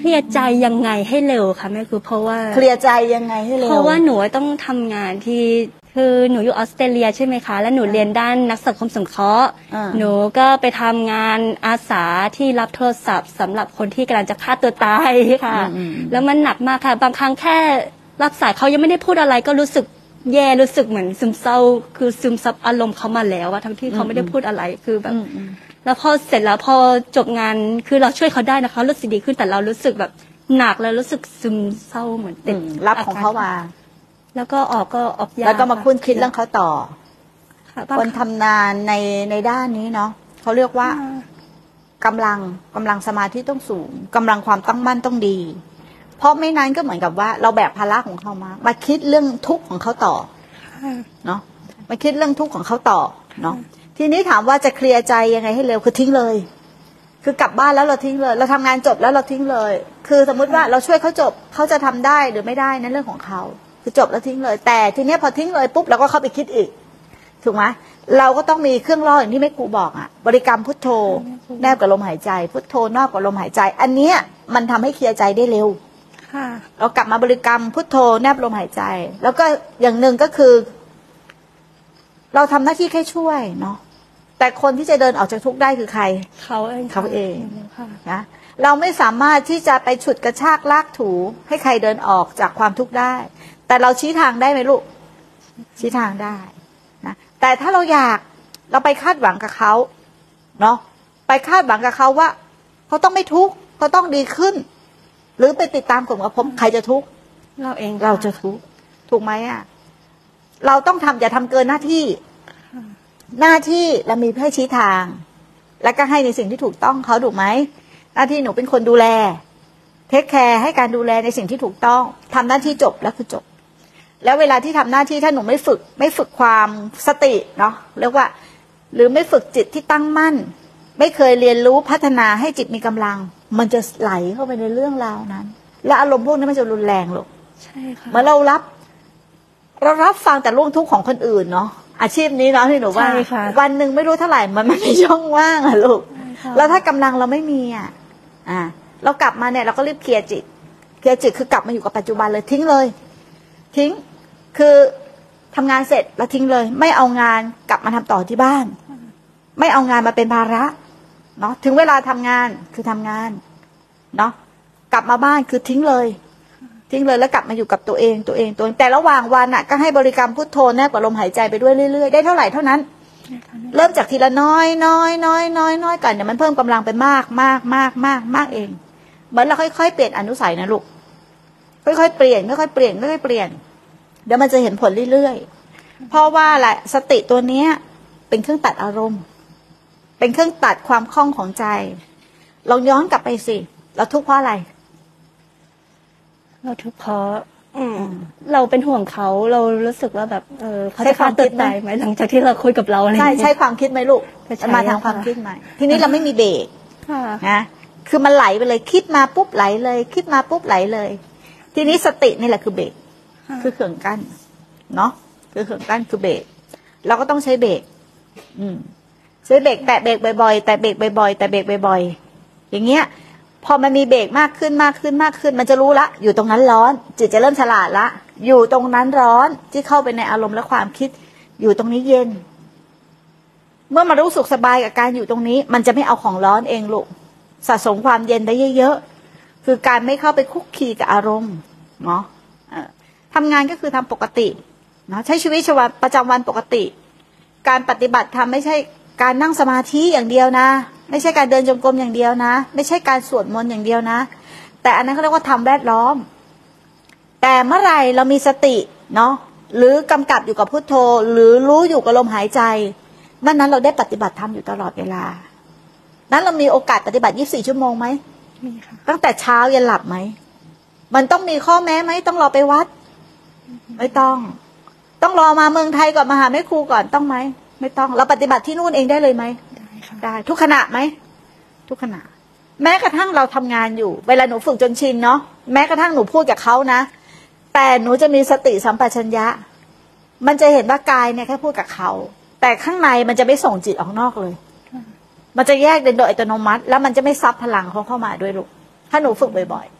ลียร์ใจยังไงให้เร็วค่ะแม่คือเพราะว่าเคลียร์ใจยังไงให้เร็วเพราะว่าหนูต้องทำงานที่คือหนูอยู่ออสเตรเลียใช่ไหมคะแล้วหนูเรียนด้านนักสังคมสงเคราะห์หนูก็ไปทำงานอาสาที่รับโทรศัพท์สำหรับคนที่กำลังจะฆ่าตัวตายค่ะแล้วมันหนักมากค่ะบางครั้งแค่รับสายเขายังไม่ได้พูดอะไรก็รู้สึกแย่รู้สึกเหมือนซึมเศร้าคือซึมซับอารมณ์เขามาแล้วอะทั้งที่เขาไม่ได้พูดอะไรคือแบบแล้วพอเสร็จแล้วพอจบงานคือเราช่วยเขาได้นะคะรู้สึกดีขึ้นแต่เรารู้สึกแบบหนักแล้วรู้สึกซึมเศร้าเหมือนติดรับของเขามาแล้วก็ออกยาแล้วก็มาคุ้นคิดเรื่องเขาต่อคนทำงานในด้านนี้เนาะเขาเรียกว่ากำลังสมาธิต้องสูงกำลังความตั้งมั่นต้องดีเพราะไม่นั้นก็เหมือนกับว่าเราแบกภาระของเขามาคิดเรื่องทุกข์ของเขาต่อเนาะมาคิดเรื่องทุกข์ของเขาต่อเนาะทีนี้ถามว่าจะเคลียร์ใจยังไงให้เร็วคือทิ้งเลยคือกลับบ้านแล้วเราทิ้งเลยเราทำงานจบแล้วเราทิ้งเลยคือสมมุติว่าเราช่วยเขาจบเขาจะทำได้หรือไม่ได้นั่นเรื่องของเขาคือจบแล้วทิ้งเลยแต่ทีนี้พอทิ้งเลยปุ๊บเราก็เข้าไปคิดอีกถูกไหมเราก็ต้องมีเครื่องล่ออย่างที่แม่ครูบอกอ่ะบริกรรมพุทโธแนบกับลมหายใจพุทโธนอกกับลมหายใจอันเนี้ยมันทำให้เคลียร์ใจได้เร็วเรากลับมาบริกรรมพุทโธแนบลมหายใจแล้วก็อย่างหนึ่งก็คือเราทำหน้าที่แค่ช่วยเนาะแต่คนที่จะเดินออกจากทุกข์ได้คือใครเขาเองนะเราไม่สามารถที่จะไปฉุดกระชากลากถูให้ใครเดินออกจากความทุกข์ได้แต่เราชี้ทางได้ไหมลูกชี้ทางได้นะแต่ถ้าเราอยากเราไปคาดหวังกับเขาเนาะไปคาดหวังกับเขาว่าเขาต้องไม่ทุกข์เขาต้องดีขึ้นหรือไปติดตามกลุ่มกับผมใครจะทุกข์เราเองเราจะทุกข์ถูกไหมอ่ะเราต้องทำอย่าทำเกินหน้าที่เรามีเพื่อชี้ทางแล้วก็ให้ในสิ่งที่ถูกต้องเขาถูกไหมหน้าที่หนูเป็นคนดูแลเทคแคร์ให้การดูแลในสิ่งที่ถูกต้องทำหน้าที่จบแล้วคือจบแล้วเวลาที่ทำหน้าที่ถ้าหนูไม่ฝึกความสติเนาะเรียกว่าหรือไม่ฝึกจิตที่ตั้งมั่นไม่เคยเรียนรู้พัฒนาให้จิตมีกำลังมันจะไหลเข้าไปในเรื่องราวนั้นและอารมณ์พวกนี้มันจะรุนแรงลูกใช่ค่ะเมื่อเรารับฟังแต่เรื่องทุกข์ของคนอื่นเนาะอาชีพนี้เนาะที่หนูว่าวันหนึ่งไม่รู้เท่าไหร่มันไม่มีช่องว่างอะลูกแล้วถ้ากำลังเราไม่มีเรากลับมาเนี่ยเราก็รีบเคลียร์จิตคือกลับมาอยู่กับปัจจุบันเลยทิ้งเลยทิ้งคือทำงานเสร็จแล้วทิ้งเลยไม่เอางานกลับมาทำต่อที่บ้านไม่เอางานมาเป็นภาระเนาะถึงเวลาทำงานคือทำงานเนาะกลับมาบ้านคือทิ้งเลยแล้วกลับมาอยู่กับตัวเองแต่ระหว่างวันก็ให้บริกรรมพุทโธแนบกับลมหายใจไปด้วยเรื่อยๆได้เท่าไหร่เท่านั้นเริ่มจากทีละน้อยก่อนเดี๋ยวมันเพิ่มกำลังไปมากเองเหมือนเราค่อยๆเปลี่ยนอนุสัยนะลูกค่อยๆเปลี่ยนเดี๋ยวมันจะเห็นผลเรื่อยๆเพราะว่าแหละสติตัวเนี้ยเป็นเครื่องตัดอารมณ์เป็นเครื่องตัดความคล่องของใจลองย้อนกลับไปสิเราทุกข์เพราะอะไรเราทุกข์เพราะเราเป็นห่วงเขาเรารู้สึกว่าแบบเขาจะฆ่าตัวตายไหมหลังจากที่เราคุยกับเราอะไรใช่ความคิดไหมลูกมาทางความคิดไหมทีนี้เราไม่มีเบรกนะคือมันไหลไปเลยคิดมาปุ๊บไหลเลยคิดมาปุ๊บไหลเลยทีนี้สตินี่แหละคือเบรกคือเครื่องกั้นเนาะคือเครื่องกั้นคือเบรกเราก็ต้องใช้เบรกใช้เบรกแตะเบรกบ่อยๆแต่เบรกบ่อยๆอย่างเงี้ยพอมันมีเบรกมากขึ้นมันจะรู้ละอยู่ตรงนั้นร้อนจิตจะเริ่มฉลาดละอยู่ตรงนั้นร้อนที่เข้าไปในอารมณ์และความคิดอยู่ตรงนี้เย็นเมื่อมารู้สึกสบายกับการอยู่ตรงนี้มันจะไม่เอาของร้อนเองลูกสะสมความเย็นได้เยอะๆคือการไม่เข้าไปคุกคีกับอารมณ์เนาะทำงานก็คือทำปกติเนาะใช้ชีวิตประจำวันปกติการปฏิบัติธรรมไม่ใช่การนั่งสมาธิอย่างเดียวนะไม่ใช่การเดินจงกรมอย่างเดียวนะไม่ใช่การสวดมนต์อย่างเดียวนะแต่อันนั้นเขาเรียกว่าทำแวดล้อมแต่เมื่อไหร่เรามีสติเนาะหรือกำกับอยู่กับพุทโธหรือรู้อยู่กับลมหายใจนั้นเราได้ปฏิบัติธรรมอยู่ตลอดเวลานั้นเรามีโอกาสปฏิบัติ24ชั่วโมงไหมมีค่ะตั้งแต่เช้ายันหลับไหมมันต้องมีข้อแม้ไหมต้องรอไปวัดไม่ต้องรอมาเมืองไทยก่อนมาหาแม่ครูก่อนต้องไหมไม่ต้องเราปฏิบัติที่นู่นเองได้เลยไหมได้ทุกขณะไหมทุกขณะแม้กระทั่งเราทำงานอยู่เวลาหนูฝึกจนชินเนาะแม้กระทั่งหนูพูดกับเขานะแต่หนูจะมีสติสัมปชัญญะมันจะเห็นว่ากายเนี่ยแค่พูดกับเขาแต่ข้างในมันจะไม่ส่งจิตออกนอกเลยมันจะแยกโดยอัตโนมัติแล้วมันจะไม่ซับพลังเขาเข้ามาด้วยลูกถ้าหนูฝึกบ่อย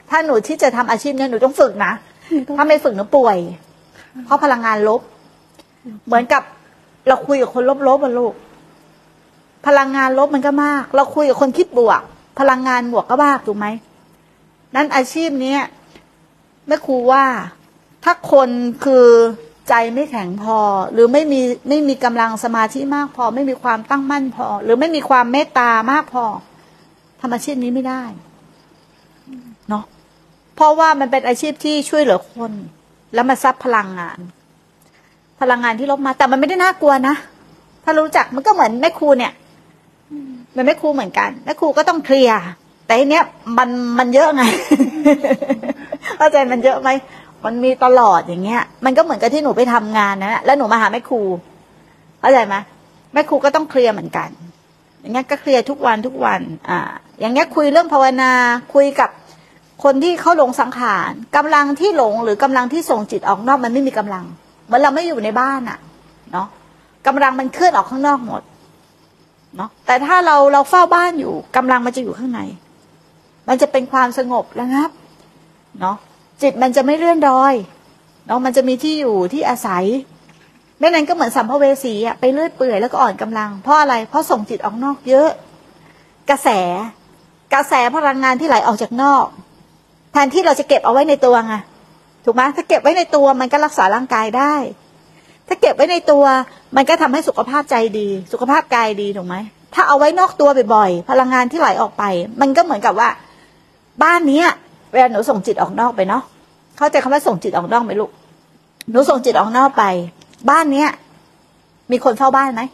ถ้าหนูที่จะทำอาชีพเนี้ยหนูต้องฝึกนะถ้าไม่ฝึกหนูป่วยเพราะพลังงานลบเหมือนกับเราคุยกับคนลบๆอะลูกพลังงานลบมันก็มากเราคุยกับคนคิดบวกพลังงานบวกก็มากถูกไหมนั้นอาชีพนี้แม่ครูว่าถ้าคนคือใจไม่แข็งพอหรือไม่มีกำลังสมาธิมากพอไม่มีความตั้งมั่นพอหรือไม่มีความเมตตามากพอทำอาชีพนี้ไม่ได้เนาะเพราะว่ามันเป็นอาชีพที่ช่วยเหลือคนแล้วมาซับพลังงานที่ลบมาแต่มันไม่ได้น่ากลัวนะถ้ารู้จักมันก็เหมือนแม่ครูเนี่ยมันแม่ครูเหมือนกันแม่ครูก็ต้องเคลียร์แต่ทีเนี้ยมันเยอะไง เข้าใจมันเยอะไหมมันมีตลอดอย่างเงี้ยมันก็เหมือนกับที่หนูไปทำงานนะแล้วหนูมาหาแม่ครูเข้าใจไหมแม่ครูก็ต้องเคลียร์เหมือนกันอย่างเงี้ยก็เคลียร์ทุกวันอย่างเงี้ยคุยเรื่องภาวนาคุยกับคนที่เขาหลงสังขารกำลังที่หลงหรือกำลังที่ส่งจิตออกนอกมันไม่มีกำลังเหมือนเราไม่อยู่ในบ้านอะเนาะกำลังมันเคลื่อนออกข้างนอกหมดเนาะแต่ถ้าเราเฝ้าบ้านอยู่กำลังมันจะอยู่ข้างในมันจะเป็นความสงบระงับเนาะจิตมันจะไม่เลื่อนลอยเนาะมันจะมีที่อยู่ที่อาศัยไม่นั้นก็เหมือนสัมภเวสีอะไปเลื่อยเปื่อยแล้วก็อ่อนกำลังเพราะอะไรเพราะส่งจิตออกนอกเยอะกระแสพลังงานที่ไหลออกจากนอกแทนที่เราจะเก็บเอาไว้ในตัวไงถูกไหมถ้าเก็บไว้ในตัวมันก็รักษาร่างกายได้ถ้าเก็บไว้ในตัวมันก็ทำให้สุขภาพใจดีสุขภาพกายดีถูกไหมถ้าเอาไว้นอกตัวบ่อยๆพลังงานที่ไหลออกไปมันก็เหมือนกับว่าบ้านนี้เวลาหนูส่งจิตออกนอกไปเนาะเข้าใจคำว่าส่งจิตออกนอกไหมลูกหนูส่งจิตออกนอกไปบ้านเนี้ยมีคนเฝ้าบ้านไหม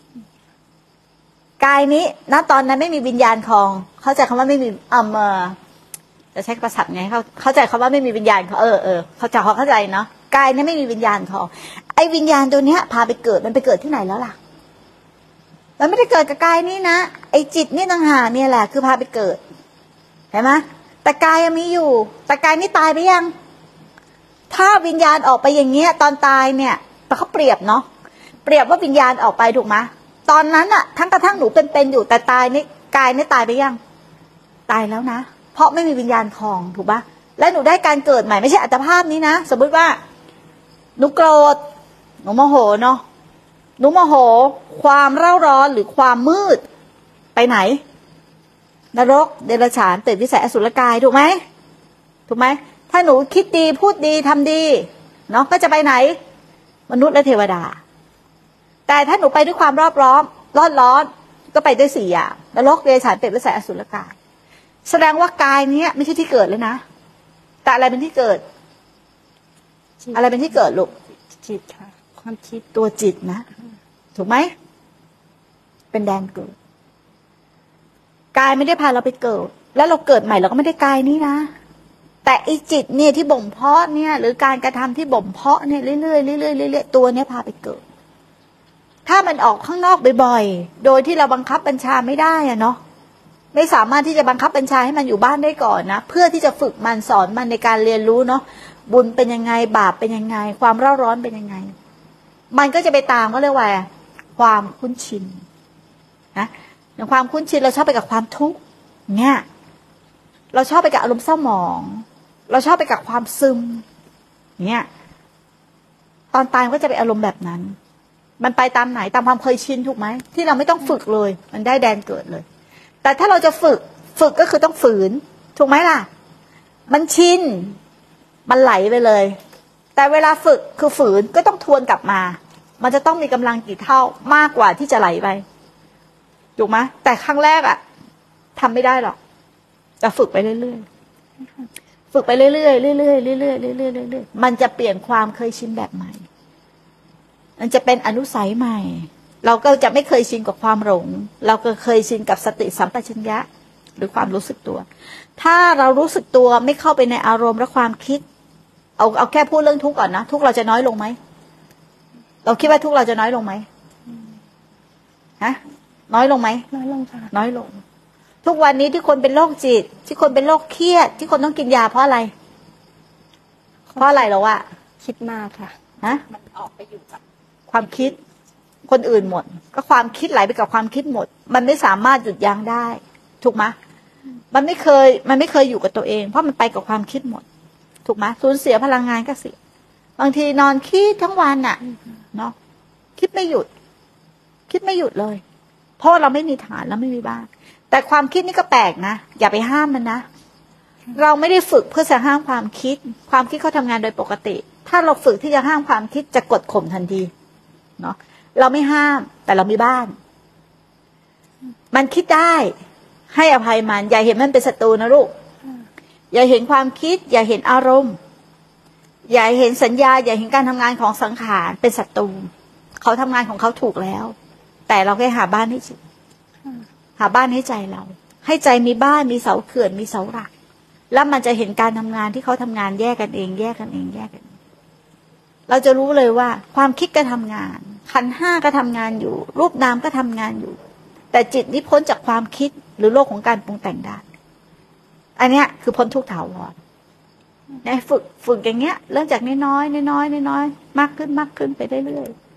กายนี้ณตอนนั้นไม่มีวิญญาณคลองเข้าใจคำว่าไม่มีจะใช้ประสับไงเข้าใจคำว่าไม่มีวิญญาณเขาเข้าใจเนาะกายนี้ไม่มีวิญญาณคลองไอ้วิญญาณตัวเนี้ยพาไปเกิดมันไปเกิดที่ไหนแล้วล่ะมันไม่ได้เกิดกับกายนี้นะไอ้จิตนี่ต่างหากเนี่ยแหละคือพาไปเกิดเห็นไหมแต่กายยังมีอยู่แต่กายนี่ตายไปยังถ้าวิญญาณออกไปอย่างเงี้ยตอนตายเนี่ยแต่เขาเปรียบเนาะเปรียบว่าวิญญาณออกไปถูกไหมตอนนั้นอะทั้งกระทั่งหนูเป็นอยู่แต่ตายนี่กายนี่ตายไปยังตายแล้วนะเพราะไม่มีวิญญาณคลองถูกปะและหนูได้การเกิดใหม่ไม่ใช่อัตภาพนี้นะสมมติว่าหนูโกรธหนูโมโหเนาะหนูโมโหความเร่าร้อนหรือความมืดไปไหนนรกเดรัจฉานเปรตวิสัยอสุรกายถูกไหมถ้าหนูคิดดีพูดดีทำดีเนาะก็จะไปไหนมนุษย์และเทวดาแต่ถ้าหนูไปด้วยความร้อนก็ไปด้วย4 อย่างนรกเดรัจฉานเปรตวิสัยอสุรกายแสดงว่ากายนี้ไม่ใช่ที่เกิดเลยนะแต่อะไรเป็นที่เกิดอะไรเป็นที่เกิดลูกจิตค่ะความคิดตัวจิตนะถูกไหมเป็นแดนเกิดกายไม่ได้พาเราไปเกิดแล้วเราเกิดใหม่เราก็ไม่ได้กายนี้นะแต่ไอ้จิตเนี่ยที่บ่มเพาะเนี่ยหรือการกระทำที่บ่มเพาะเนี่ยเรื่อยๆตัวเนี้ยพาไปเกิดถ้ามันออกข้างนอกบ่อยๆโดยที่เราบังคับบัญชาไม่ได้อะเนาะไม่สามารถที่จะบังคับบัญชาให้มันอยู่บ้านได้ก่อนนะเพื่อที่จะฝึกมันสอนมันในการเรียนรู้เนาะบุญเป็นยังไงบาปเป็นยังไงความเร่าร้อนเป็นยังไงมันก็จะไปตามก็เรียกว่าความคุ้นชินนะอย่างความคุ้นชินเราชอบไปกับความทุกข์เนี่ยเราชอบไปกับอารมณ์เศร้าหมองเราชอบไปกับความซึมเนี่ยตอนตายก็จะไปอารมณ์แบบนั้นมันไปตามไหนตามความเคยชินถูกไหมที่เราไม่ต้องฝึกเลยมันได้แดนเกิดเลยแต่ถ้าเราจะฝึกก็คือต้องฝืนถูกไหมล่ะมันชินมันไหลไปเลยแต่เวลาฝึกคือฝืนก็ต้องทวนกลับมามันจะต้องมีกำลังกี่เท่ามากกว่าที่จะไหลไปถูกไหมแต่ครั้งแรกอะทำไม่ได้หรอกจะฝึกไปเรื่อยๆฝึกไปเรื่อยๆเรื่อยๆเรื่อยๆมันจะเปลี่ยนความเคยชินแบบใหม่มันจะเป็นอนุสัยใหม่เราก็จะไม่เคยชินกับความหลงเราก็เคยชินกับสติสัมปชัญญะหรือความรู้สึกตัวถ้าเรารู้สึกตัวไม่เข้าไปในอารมณ์และความคิดเอาแค่พูดเรื่องทุกข์ก่อนนะทุกข์เราจะน้อยลงไหมเราคิดว่าทุกข์เราจะน้อยลงไหมฮะน้อยลงไหมน้อยลงค่ะน้อยลงทุกวันนี้ที่คนเป็นโรคจิตที่คนเป็นโรคเครียดที่คนต้องกินยาเพราะอะไรเราอะคิดมากค่ะฮะมันออกไปอยู่กับความคิดคนอื่นหมดก็ความคิดไหลไปกับความคิดหมดมันไม่สามารถหยุดยั้งได้ถูกไหมมันไม่เคยอยู่กับตัวเองเพราะมันไปกับความคิดหมด ถูกไหมสูญเสียพลังงานก็เสียบางทีนอนคิดทั้งวันน่ะเนาะคิดไม่หยุดเลย เพราะเราไม่มีฐานแล้วไม่มีบ้านแต่ความคิดนี่ก็แปลกนะอย่าไปห้ามมันนะเราไม่ได้ฝึกเพื่อจะห้ามความคิดเขาทำงานโดยปกติถ้าเราฝึกที่จะห้ามความคิดจะกดข่มทันทีเนาะเราไม่ห้ามแต่เรามีบ้านมันคิดได้ให้อภัยมันอย่าเห็นมันเป็นศัตรูนะลูกอย่าเห็นความคิดอย่าเห็นอารมณ์อย่าเห็นสัญญาอย่าเห็นการทำงานของสังขารเป็นศัตรูเขาทำงานของเขาถูกแล้วแต่เราแค่หาบ้านให้จิตหาบ้านให้ใจเราให้ใจมีบ้านมีเสาเขื่อนมีเสาหลักแล้วมันจะเห็นการทำงานที่เขาทำงานแยกกันเองเราจะรู้เลยว่าความคิดก็ทำงานขันธ์ห้าก็ทำงานอยู่รูปนามก็ทำงานอยู่แต่จิตนี่พ้นจากความคิดหรือโลกของการปรุงแต่งได้อันเนี้ยคือพ้นทุกข์ถาวรฝึกอย่างเงี้ยเริ่มจากน้อยๆมากขึ้นไปเรื่อยๆ